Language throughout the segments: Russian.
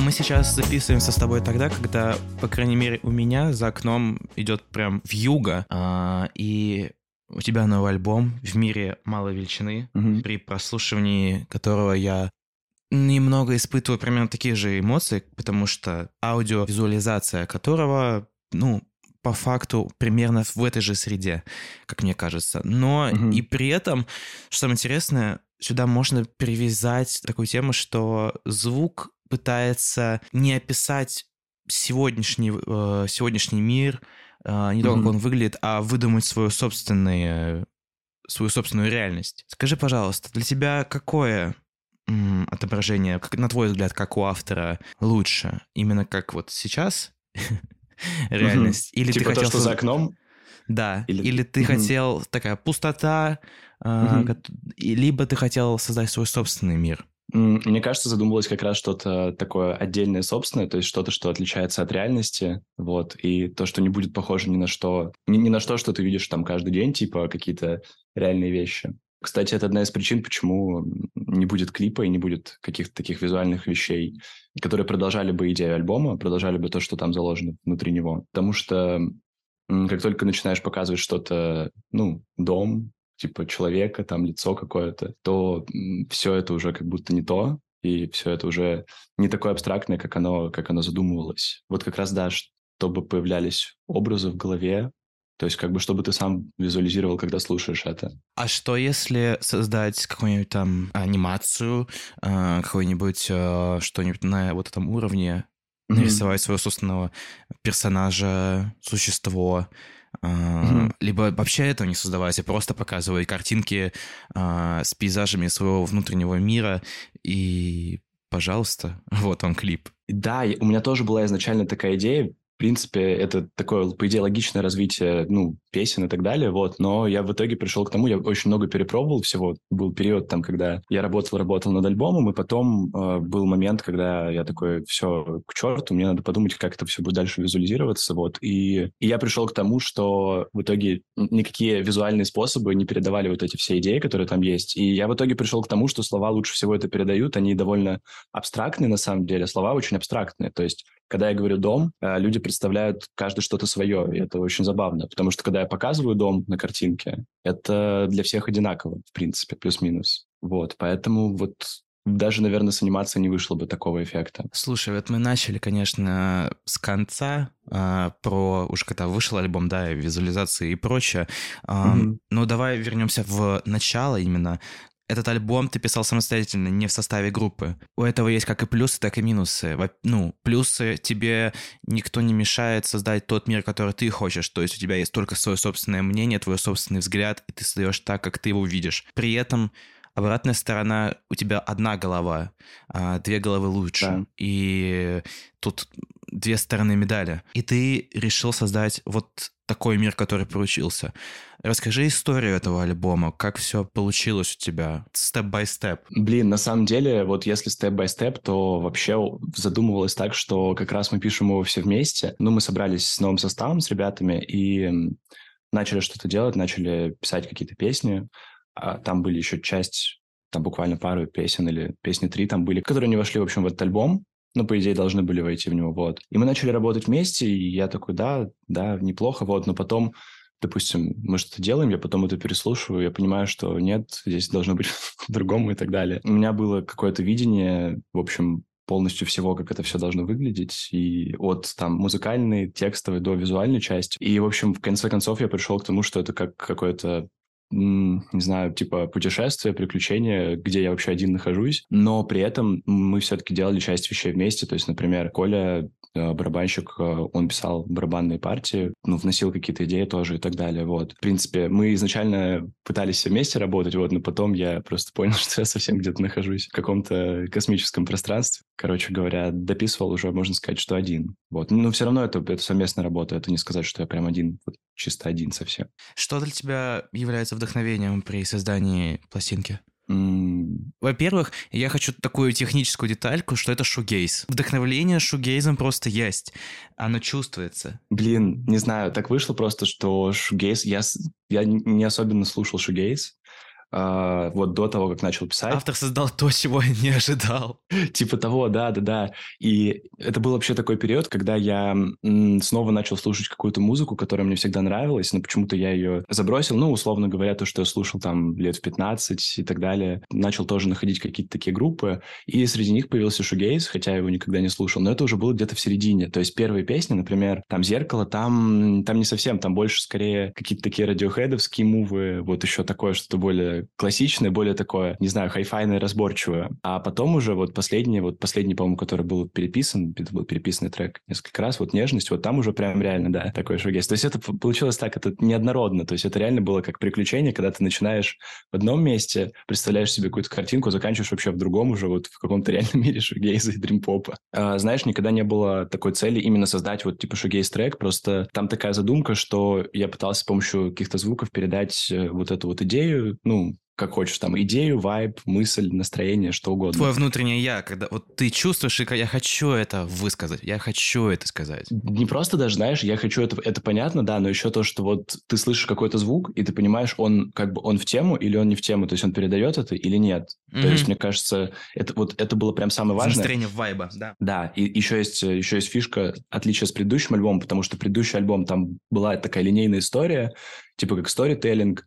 Мы сейчас записываемся с тобой тогда, когда, по крайней мере, у меня за окном идет прям вьюга, и у тебя новый альбом «В мире малой величины», при прослушивании которого я немного испытываю примерно такие же эмоции, потому что аудиовизуализация которого, по факту, примерно в этой же среде, как мне кажется. Но и при этом, что самое интересное, сюда можно привязать такую тему, что звук пытается не описать сегодняшний мир, не то, как он выглядит, а выдумать свою собственную реальность. Скажи, пожалуйста, для тебя какое отображение, как, на твой взгляд, как у автора, лучше? Именно как вот сейчас реальность? Или типа ты то, хотел... что за окном? Да. Или ты хотел такая пустота, либо ты хотел создать свой собственный мир? Мне кажется, задумывалось как раз что-то такое отдельное, собственное, то есть что-то, что отличается от реальности, вот, и то, что не будет похоже ни на что, ни на что, что ты видишь там каждый день, типа какие-то реальные вещи. Кстати, это одна из причин, почему не будет клипа и не будет каких-то таких визуальных вещей, которые продолжали бы идею альбома, продолжали бы то, что там заложено внутри него. Потому что как только начинаешь показывать что-то, дом, типа человека, там лицо какое-то, то все это уже как будто не то, и все это уже не такое абстрактное, как оно задумывалось. Вот как раз, да, чтобы появлялись образы в голове, то есть как бы чтобы ты сам визуализировал, когда слушаешь это. А что если создать какую-нибудь там анимацию, какой-нибудь что-нибудь на вот этом уровне, нарисовать своего собственного персонажа, существо, либо вообще этого не создавать, а просто показывать картинки с пейзажами своего внутреннего мира, и, пожалуйста, вот он клип. Да, у меня тоже была изначально такая идея. В принципе, это такое, по идее, логичное развитие, песен и так далее, вот. Но я в итоге пришел к тому, я очень много перепробовал всего. Был период там, когда я работал над альбомом, и потом был момент, когда я такой, все, к черту, мне надо подумать, как это все будет дальше визуализироваться, вот. И я пришел к тому, что в итоге никакие визуальные способы не передавали вот эти все идеи, которые там есть. И я в итоге пришел к тому, что слова лучше всего это передают, они довольно абстрактные на самом деле, слова очень абстрактные, то есть когда я говорю «дом», люди представляют каждый что-то свое, и это очень забавно, потому что когда я показываю дом на картинке, это для всех одинаково, в принципе, плюс-минус. Вот, поэтому вот даже, наверное, с анимацией не вышло бы такого эффекта. Слушай, вот мы начали, конечно, с конца, про уже когда вышел альбом, да, визуализации и прочее, но давай вернемся в начало именно. Этот альбом ты писал самостоятельно, не в составе группы. У этого есть как и плюсы, так и минусы. Плюсы: тебе никто не мешает создать тот мир, который ты хочешь. То есть у тебя есть только свое собственное мнение, твой собственный взгляд, и ты создаешь так, как ты его видишь. При этом обратная сторона: у тебя одна голова, две головы лучше. Да. И тут две стороны медали. И ты решил создать вот такой мир, который получился. Расскажи историю этого альбома, как все получилось у тебя, степ-бай-степ. Блин, на самом деле, вот если степ-бай-степ, то вообще задумывалось так, что как раз мы пишем его все вместе. Мы собрались с новым составом, с ребятами, и начали что-то делать, начали писать какие-то песни. Там были еще там буквально пару песен или песни 3 там были, которые не вошли, в общем, в этот альбом. По идее, должны были войти в него, вот. И мы начали работать вместе, и я такой, да, неплохо, вот. Но потом, допустим, мы что-то делаем, я потом это переслушиваю, я понимаю, что нет, здесь должно быть по-другому и так далее. У меня было какое-то видение, в общем, полностью всего, как это все должно выглядеть, и от там музыкальной, текстовой до визуальной части. И, в общем, в конце концов я пришел к тому, что это как какое-то, не знаю, типа путешествие, приключение, где я вообще один нахожусь, но при этом мы все-таки делали часть вещей вместе, то есть, например, Коля, барабанщик, он писал барабанные партии, вносил какие-то идеи тоже и так далее, вот. В принципе, мы изначально пытались все вместе работать, вот, но потом я просто понял, что я совсем где-то нахожусь в каком-то космическом пространстве. Короче говоря, дописывал уже, можно сказать, что один, вот. Но все равно это совместная работа, это не сказать, что я прям один, вот, чисто один совсем. Что для тебя является вдохновением при создании пластинки? Во-первых, я хочу такую техническую детальку, что это шугейз. Вдохновление шугейзом просто есть. Оно чувствуется. Блин, не знаю, так вышло просто, что шугейз... Я не особенно слушал шугейз. вот до того, как начал писать. Автор создал то, чего я не ожидал. Типа того, да. И это был вообще такой период, когда я снова начал слушать какую-то музыку, которая мне всегда нравилась, но почему-то я ее забросил. Ну, условно говоря, то, что я слушал там лет в 15 и так далее. Начал тоже находить какие-то такие группы, и среди них появился шугейз, хотя я его никогда не слушал, но это уже было где-то в середине. То есть первые песни, например, там «Зеркало», там не совсем, там больше скорее какие-то такие радиохэдовские мувы, вот еще такое что-то более классичное, более такое, не знаю, хай-файное, разборчивое. А потом уже вот последний, по-моему, который был переписан, это был переписанный трек несколько раз, вот «Нежность», вот там уже прям реально, да, такой шугейз. То есть это получилось так, это неоднородно, то есть это реально было как приключение, когда ты начинаешь в одном месте, представляешь себе какую-то картинку, заканчиваешь вообще в другом уже, вот в каком-то реальном мире шугейза и дримпопа. Знаешь, никогда не было такой цели именно создать вот типа шугейз-трек, просто там такая задумка, что я пытался с помощью каких-то звуков передать вот эту вот идею, ну, как хочешь, там, идею, вайб, мысль, настроение, что угодно. Твое внутреннее «я», когда вот ты чувствуешь, и я хочу это высказать, я хочу это сказать. Не просто даже, знаешь, я хочу это понятно, да, но еще то, что вот ты слышишь какой-то звук, и ты понимаешь, он как бы он в тему или он не в тему, то есть он передает это или нет. То есть, мне кажется, это было прям самое важное. Настроение вайба, да. Да, и еще есть фишка, отличие с предыдущим альбомом, потому что предыдущий альбом, там была такая линейная история, типа как сторителлинг,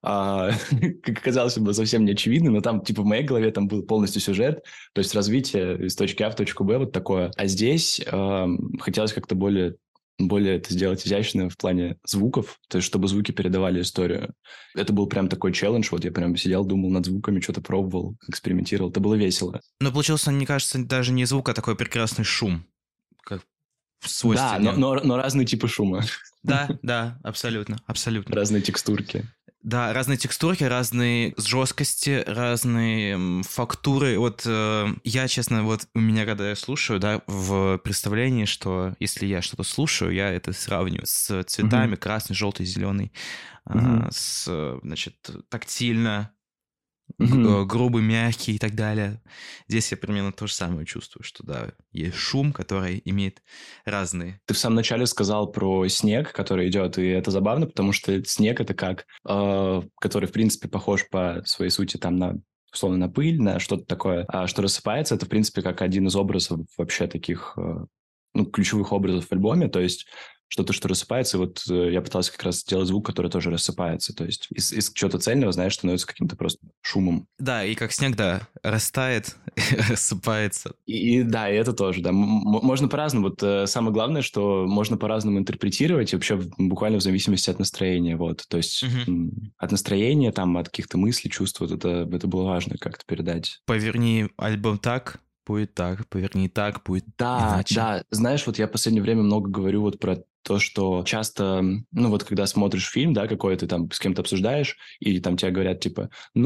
как оказалось, было совсем не очевидно, но там, типа, в моей голове там был полностью сюжет, то есть развитие из точки А в точку Б, вот такое. А здесь хотелось как-то более это сделать изящно в плане звуков, то есть чтобы звуки передавали историю. Это был прям такой челлендж, вот я прям сидел, думал над звуками, что-то пробовал, экспериментировал, это было весело. Но получился, мне кажется, даже не звук, а такой прекрасный шум, как в свойстве. Да, но разные типы шума. Да, абсолютно. Разные текстурки. Да, разные текстурки, разные жесткости, разные фактуры. Вот я, честно, вот у меня, когда я слушаю, да, в представлении, что если я что-то слушаю, я это сравниваю с цветами, красный, желтый, зеленый, значит, тактильно, грубый, мягкий и так далее. Здесь я примерно то же самое чувствую, что да, есть шум, который имеет разные. Ты в самом начале сказал про снег, который идет, и это забавно, потому что снег это как, который в принципе похож по своей сути там на условно на пыль, на что-то такое, что рассыпается, это в принципе как один из образов вообще таких ключевых образов в альбоме, то есть что-то, что рассыпается. Вот я пытался как раз сделать звук, который тоже рассыпается. То есть из чего-то цельного, знаешь, становится каким-то просто шумом. Да, и как снег, да, растает, рассыпается. И да, и это тоже, да. Можно по-разному. Вот самое главное, что можно по-разному интерпретировать, вообще буквально в зависимости от настроения. Вот. То есть от настроения, там, от каких-то мыслей, чувств, вот это было важно как-то передать. Поверни альбом так, будет так, поверни так, будет иначе. Да, знаешь, вот я в последнее время много говорю вот про то, что часто, ну вот когда смотришь фильм, да, какой ты там с кем-то обсуждаешь, и там тебе говорят, типа,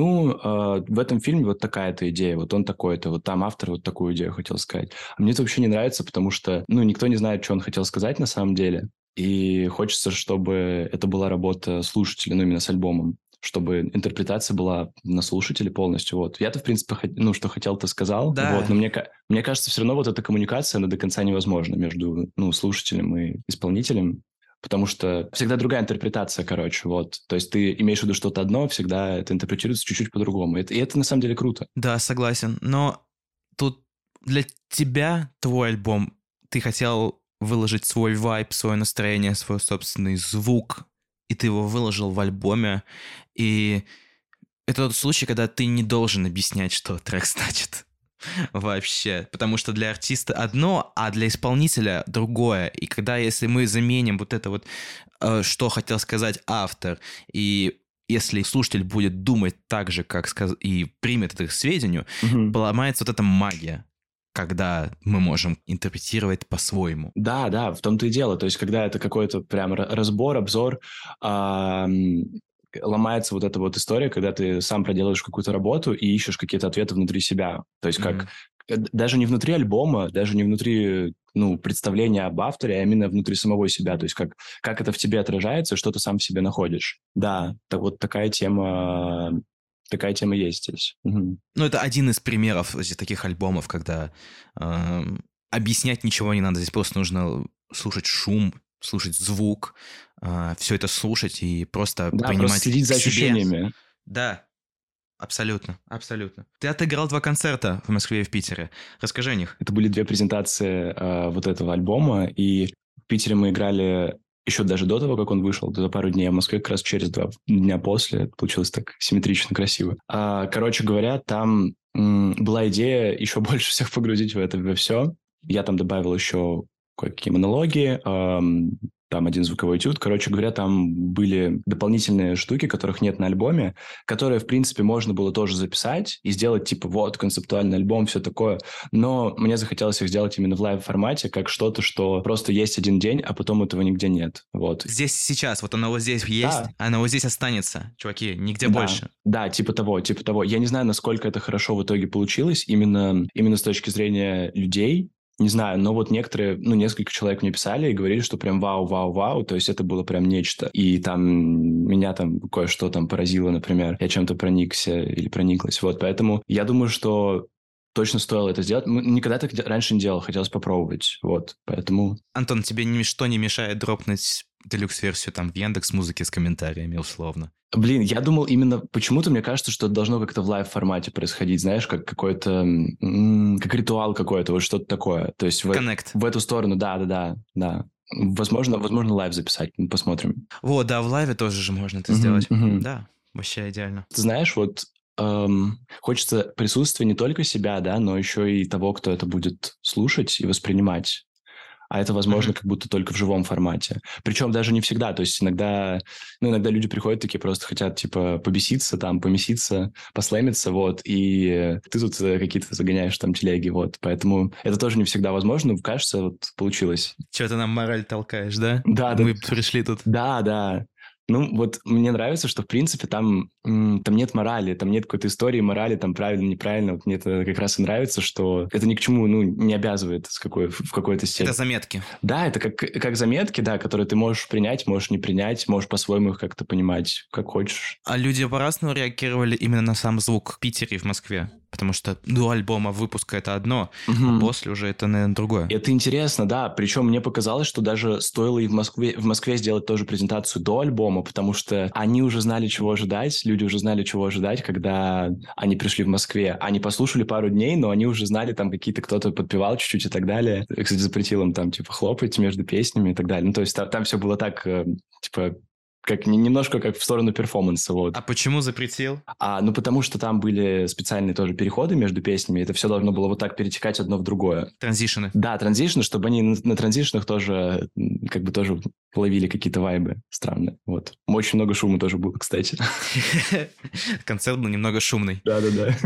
в этом фильме вот такая-то идея, вот он такой-то, вот там автор вот такую идею хотел сказать. А мне это вообще не нравится, потому что, никто не знает, что он хотел сказать на самом деле, и хочется, чтобы это была работа слушателя, именно с альбомом, чтобы интерпретация была на слушателе полностью. Вот. Я-то, в принципе, что хотел, то сказал. Да. Вот, но мне кажется, все равно вот эта коммуникация, она до конца невозможна между слушателем и исполнителем, потому что всегда другая интерпретация, короче. Вот. То есть ты имеешь в виду что-то одно, всегда это интерпретируется чуть-чуть по-другому. И это на самом деле круто. Да, согласен. Но тут для тебя твой альбом, ты хотел выложить свой вайб, свое настроение, свой собственный звук, и ты его выложил в альбоме, и это тот случай, когда ты не должен объяснять, что трек значит вообще, потому что для артиста одно, а для исполнителя другое, и если мы заменим вот это вот, что хотел сказать автор, и если слушатель будет думать так же, как и примет это к сведению, поломается вот эта магия, когда мы можем интерпретировать по-своему. Да, в том-то и дело. То есть, когда это какой-то прям разбор, обзор, ломается вот эта вот история, когда ты сам проделаешь какую-то работу и ищешь какие-то ответы внутри себя. То есть, как даже не внутри альбома, даже не внутри представления об авторе, а именно внутри самого себя. То есть, как это в тебе отражается, что ты сам в себе находишь. Да, вот такая тема есть здесь. Это один из примеров таких альбомов, когда объяснять ничего не надо. Здесь просто нужно слушать шум, слушать звук, все это слушать и просто принимать просто следить за ощущениями. Да. Абсолютно, абсолютно. Ты отыграл 2 концерта в Москве и в Питере. Расскажи о них. Это были 2 презентации вот этого альбома, и в Питере мы играли еще даже до того, как он вышел, за пару дней, а в Москве как раз через 2 дня после. Это получилось так симметрично, красиво. Короче говоря, там была идея еще больше всех погрузить во все. Я там добавил еще кое-какие монологи, там один звуковой этюд. Короче говоря, там были дополнительные штуки, которых нет на альбоме, которые, в принципе, можно было тоже записать и сделать, типа, вот, концептуальный альбом, все такое. Но мне захотелось их сделать именно в лайв-формате, как что-то, что просто есть один день, а потом этого нигде нет. Вот. Здесь сейчас, вот оно вот здесь есть, Да. оно вот здесь останется. Чуваки, нигде Да. больше. Да, типа того. Я не знаю, насколько это хорошо в итоге получилось, именно с точки зрения людей. Не знаю, но вот некоторые, несколько человек мне писали и говорили, что прям вау, то есть это было прям нечто. И там меня там кое-что там поразило, например, я чем-то проникся или прониклась. Вот, поэтому я думаю, что точно стоило это сделать. Никогда так раньше не делал, хотелось попробовать. Вот, поэтому... Антон, тебе ничто не мешает дропнуть делюкс-версию там в Яндекс.Музыке с комментариями, условно? Блин, я думал именно... Почему-то мне кажется, что это должно как-то в лайв-формате происходить, знаешь, как какой-то... как ритуал какой-то, вот что-то такое. То есть в эту сторону, да. Возможно, лайв записать, посмотрим. Вот, да, в лайве тоже же можно это сделать. Да, вообще идеально. Ты знаешь, вот хочется присутствия не только себя, да, но еще и того, кто это будет слушать и воспринимать. А это возможно как будто только в живом формате. Причем даже не всегда. То есть иногда люди приходят такие, просто хотят, типа, побеситься, там, помеситься, послэмиться, вот, и ты тут какие-то загоняешь там телеги, вот. Поэтому это тоже не всегда возможно, но, кажется, вот получилось. Че ты нам мораль толкаешь, да? Да. Мы пришли тут. Да. Ну, вот мне нравится, что, в принципе, там нет морали, там нет какой-то истории морали, там правильно, неправильно. Вот мне это как раз и нравится, что это ни к чему, не обязывает в какой-то степени. Это заметки. Да, это как заметки, да, которые ты можешь принять, можешь не принять, можешь по-своему их как-то понимать, как хочешь. А люди по-разному реагировали именно на сам звук в Питере и в Москве? Потому что до альбома выпуска это одно, а после уже это, наверное, другое. Это интересно, да. Причем мне показалось, что даже стоило и в Москве сделать тоже презентацию до альбома, потому что они уже знали, чего ожидать, люди уже знали, чего ожидать, когда они пришли в Москве. Они послушали пару дней, но они уже знали, там какие-то кто-то подпевал чуть-чуть и так далее. Я, кстати, запретил им там, типа, хлопать между песнями и так далее. Ну, то есть там все было так, типа... как немножко как в сторону перформанса, вот. А почему запретил? Потому что там были специальные тоже переходы между песнями, это все должно было вот так перетекать одно в другое. Транзишены. Да, транзишны, чтобы они на транзишнах тоже как бы тоже ловили какие-то вайбы странные, вот. Очень много шума тоже было, кстати. Концерт был немного шумный. Да.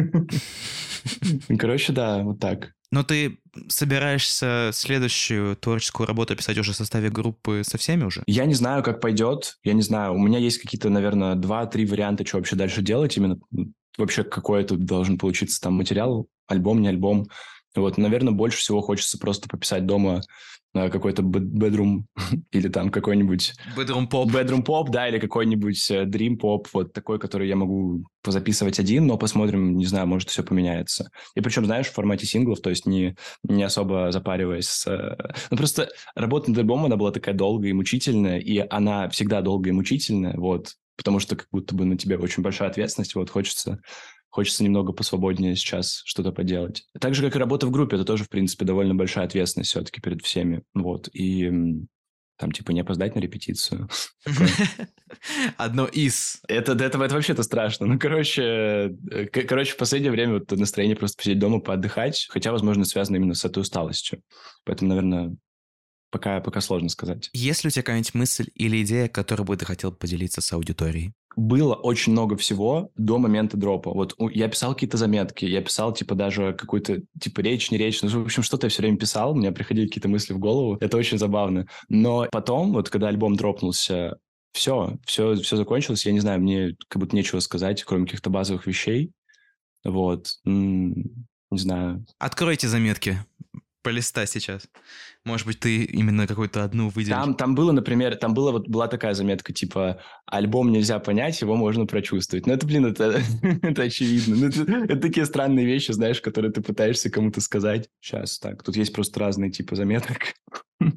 Короче, да, вот так. Но ты собираешься следующую творческую работу писать уже в составе группы со всеми уже? Я не знаю, как пойдет. Я не знаю. У меня есть какие-то, наверное, 2-3 варианта, что вообще дальше делать. Именно вообще какой тут должен получиться там материал, альбом, не альбом. Вот, наверное, больше всего хочется просто пописать дома какой-то bedroom или там какой-нибудь... Bedroom pop, да, или какой-нибудь dream pop, вот такой, который я могу позаписывать один, но посмотрим, не знаю, может, все поменяется. И причем, знаешь, в формате синглов, то есть не особо запариваясь. Просто работа над альбомом, она была такая долгая и мучительная, и она всегда долгая и мучительная, вот, потому что как будто бы на тебе очень большая ответственность, вот, хочется немного посвободнее сейчас что-то поделать. Так же, как и работа в группе, это тоже, в принципе, довольно большая ответственность все-таки перед всеми. Вот. И там, типа, не опоздать на репетицию. Одно из. Это вообще-то страшно. Ну, короче, в последнее время вот настроение просто посидеть дома, поотдыхать, хотя, возможно, связано именно с этой усталостью. Поэтому, наверное, пока сложно сказать. Есть ли у тебя какая-нибудь мысль или идея, которой бы ты хотел поделиться с аудиторией? Было очень много всего до момента дропа. Вот я писал какие-то заметки, я писал, типа, даже какую-то, типа, речь, не речь. Ну, в общем, что-то я все время писал, у меня приходили какие-то мысли в голову. Это очень забавно. Но потом, вот, когда альбом дропнулся, все закончилось. Я не знаю, мне как будто нечего сказать, кроме каких-то базовых вещей. Вот. Не знаю. Откройте заметки. Полистай сейчас. Может быть, ты именно какую-то одну выделишь? Там было, например, была такая заметка, типа, альбом нельзя понять, его можно прочувствовать. Ну, это, блин, это очевидно. Ну, это такие странные вещи, знаешь, которые ты пытаешься кому-то сказать. Сейчас, так, тут есть просто разные типы заметок.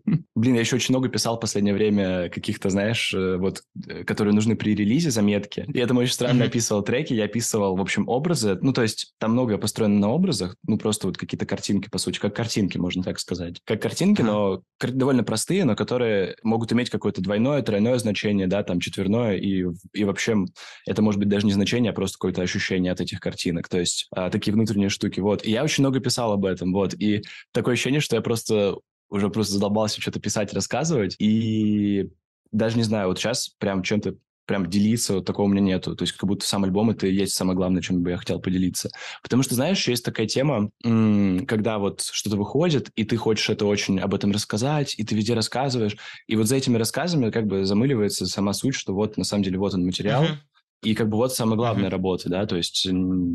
Блин, я еще очень много писал в последнее время каких-то, знаешь, которые нужны при релизе заметки. И это очень странно описывал треки, я описывал, в общем, образы. Ну, то есть там многое построено на образах, ну, просто вот какие-то картинки, по сути, как картинки, можно так сказать. Как картинки, но довольно простые, но которые могут иметь какое-то двойное, тройное значение, да, там, четверное, и вообще это может быть даже не значение, а просто какое-то ощущение от этих картинок. То есть такие внутренние штуки, вот. И я очень много писал об этом, вот. И такое ощущение, что я уже просто задолбался что-то писать, рассказывать, и даже не знаю, вот сейчас прям чем-то прям делиться, вот такого у меня нету. То есть как будто сам альбом — это и есть самое главное, чем бы я хотел поделиться. Потому что, знаешь, есть такая тема, когда вот что-то выходит, и ты хочешь это очень об этом рассказать, и ты везде рассказываешь, и вот за этими рассказами как бы замыливается сама суть, что вот на самом деле вот он материал, и как бы вот самая главная работа, да, то есть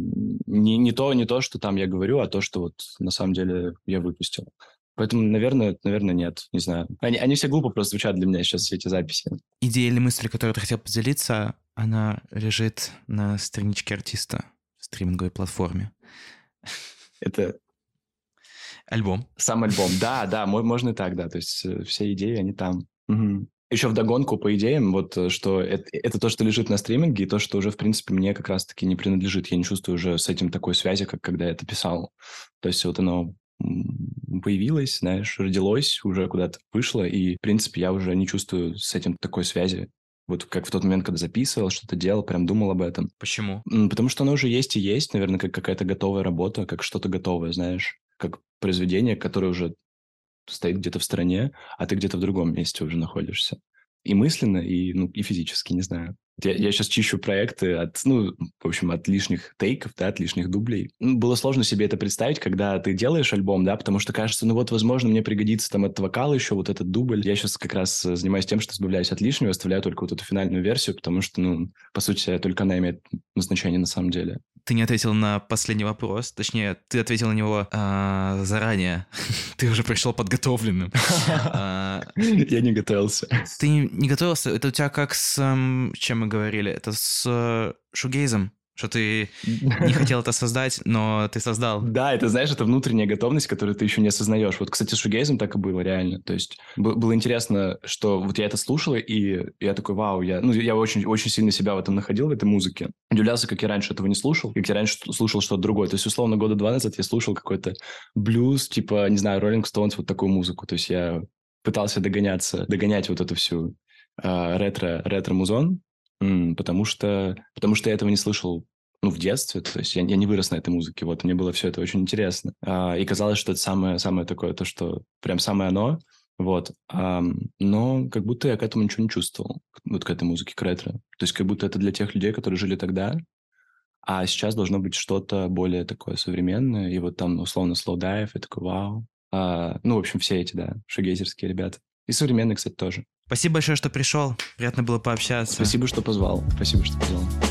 не то, что там я говорю, а то, что вот на самом деле я выпустил. Поэтому, наверное, нет, не знаю. Они все глупо просто звучат для меня сейчас, все эти записи. Идея или мысль, которую ты хотел поделиться, она лежит на страничке артиста в стриминговой платформе. Это... Альбом. Сам альбом, да, можно и так, да. То есть все идеи, они там. Угу. Еще вдогонку по идеям, вот что это то, что лежит на стриминге, и то, что уже, в принципе, мне как раз-таки не принадлежит. Я не чувствую уже с этим такой связи, как когда я это писал. То есть вот оно появилось, знаешь, родилось, уже куда-то вышло, и, в принципе, я уже не чувствую с этим такой связи. Вот как в тот момент, когда записывал, что-то делал, прям думал об этом. Почему? Потому что оно уже есть и есть, наверное, как какая-то готовая работа, как что-то готовое, знаешь, как произведение, которое уже стоит где-то в стороне, а ты где-то в другом месте уже находишься. И мысленно, и физически, не знаю. Я сейчас чищу проекты от лишних тейков, да, от лишних дублей. Было сложно себе это представить, когда ты делаешь альбом, да, потому что кажется, возможно, мне пригодится там этот вокал еще, вот этот дубль. Я сейчас как раз занимаюсь тем, что избавляюсь от лишнего, оставляю только вот эту финальную версию, потому что, по сути, только она имеет значение на самом деле. Ты не ответил на последний вопрос, точнее, ты ответил на него заранее. Ты уже пришел подготовленным. Я не готовился. Ты не готовился? Это у тебя как с чем мы говорили? Это с шугейзом? Что ты не хотел это создать, но ты создал. Да, это, знаешь, это внутренняя готовность, которую ты еще не осознаешь. Вот, кстати, с шугейзом так и было, реально. То есть было интересно, что вот я это слушал, и я такой, вау, я очень, очень сильно себя в этом находил, в этой музыке. Удивлялся, как я раньше этого не слушал, как я раньше слушал что-то другое. То есть, условно, года 2 назад я слушал какой-то блюз, типа, не знаю, Rolling Stones, вот такую музыку. То есть я пытался догонять вот эту всю ретро-музон, потому что я этого не слышал в детстве, то есть я не вырос на этой музыке, вот, мне было все это очень интересно. И казалось, что это самое такое, то, что прям самое оно, вот. Но как будто я к этому ничего не чувствовал, вот к этой музыке, к ретро. То есть как будто это для тех людей, которые жили тогда, а сейчас должно быть что-то более такое современное, и вот там, условно, Slow Dive, я такой, вау. В общем, все эти, да, шугейзерские ребята. И современные, кстати, тоже. Спасибо большое, что пришел. Приятно было пообщаться. Спасибо, что позвал.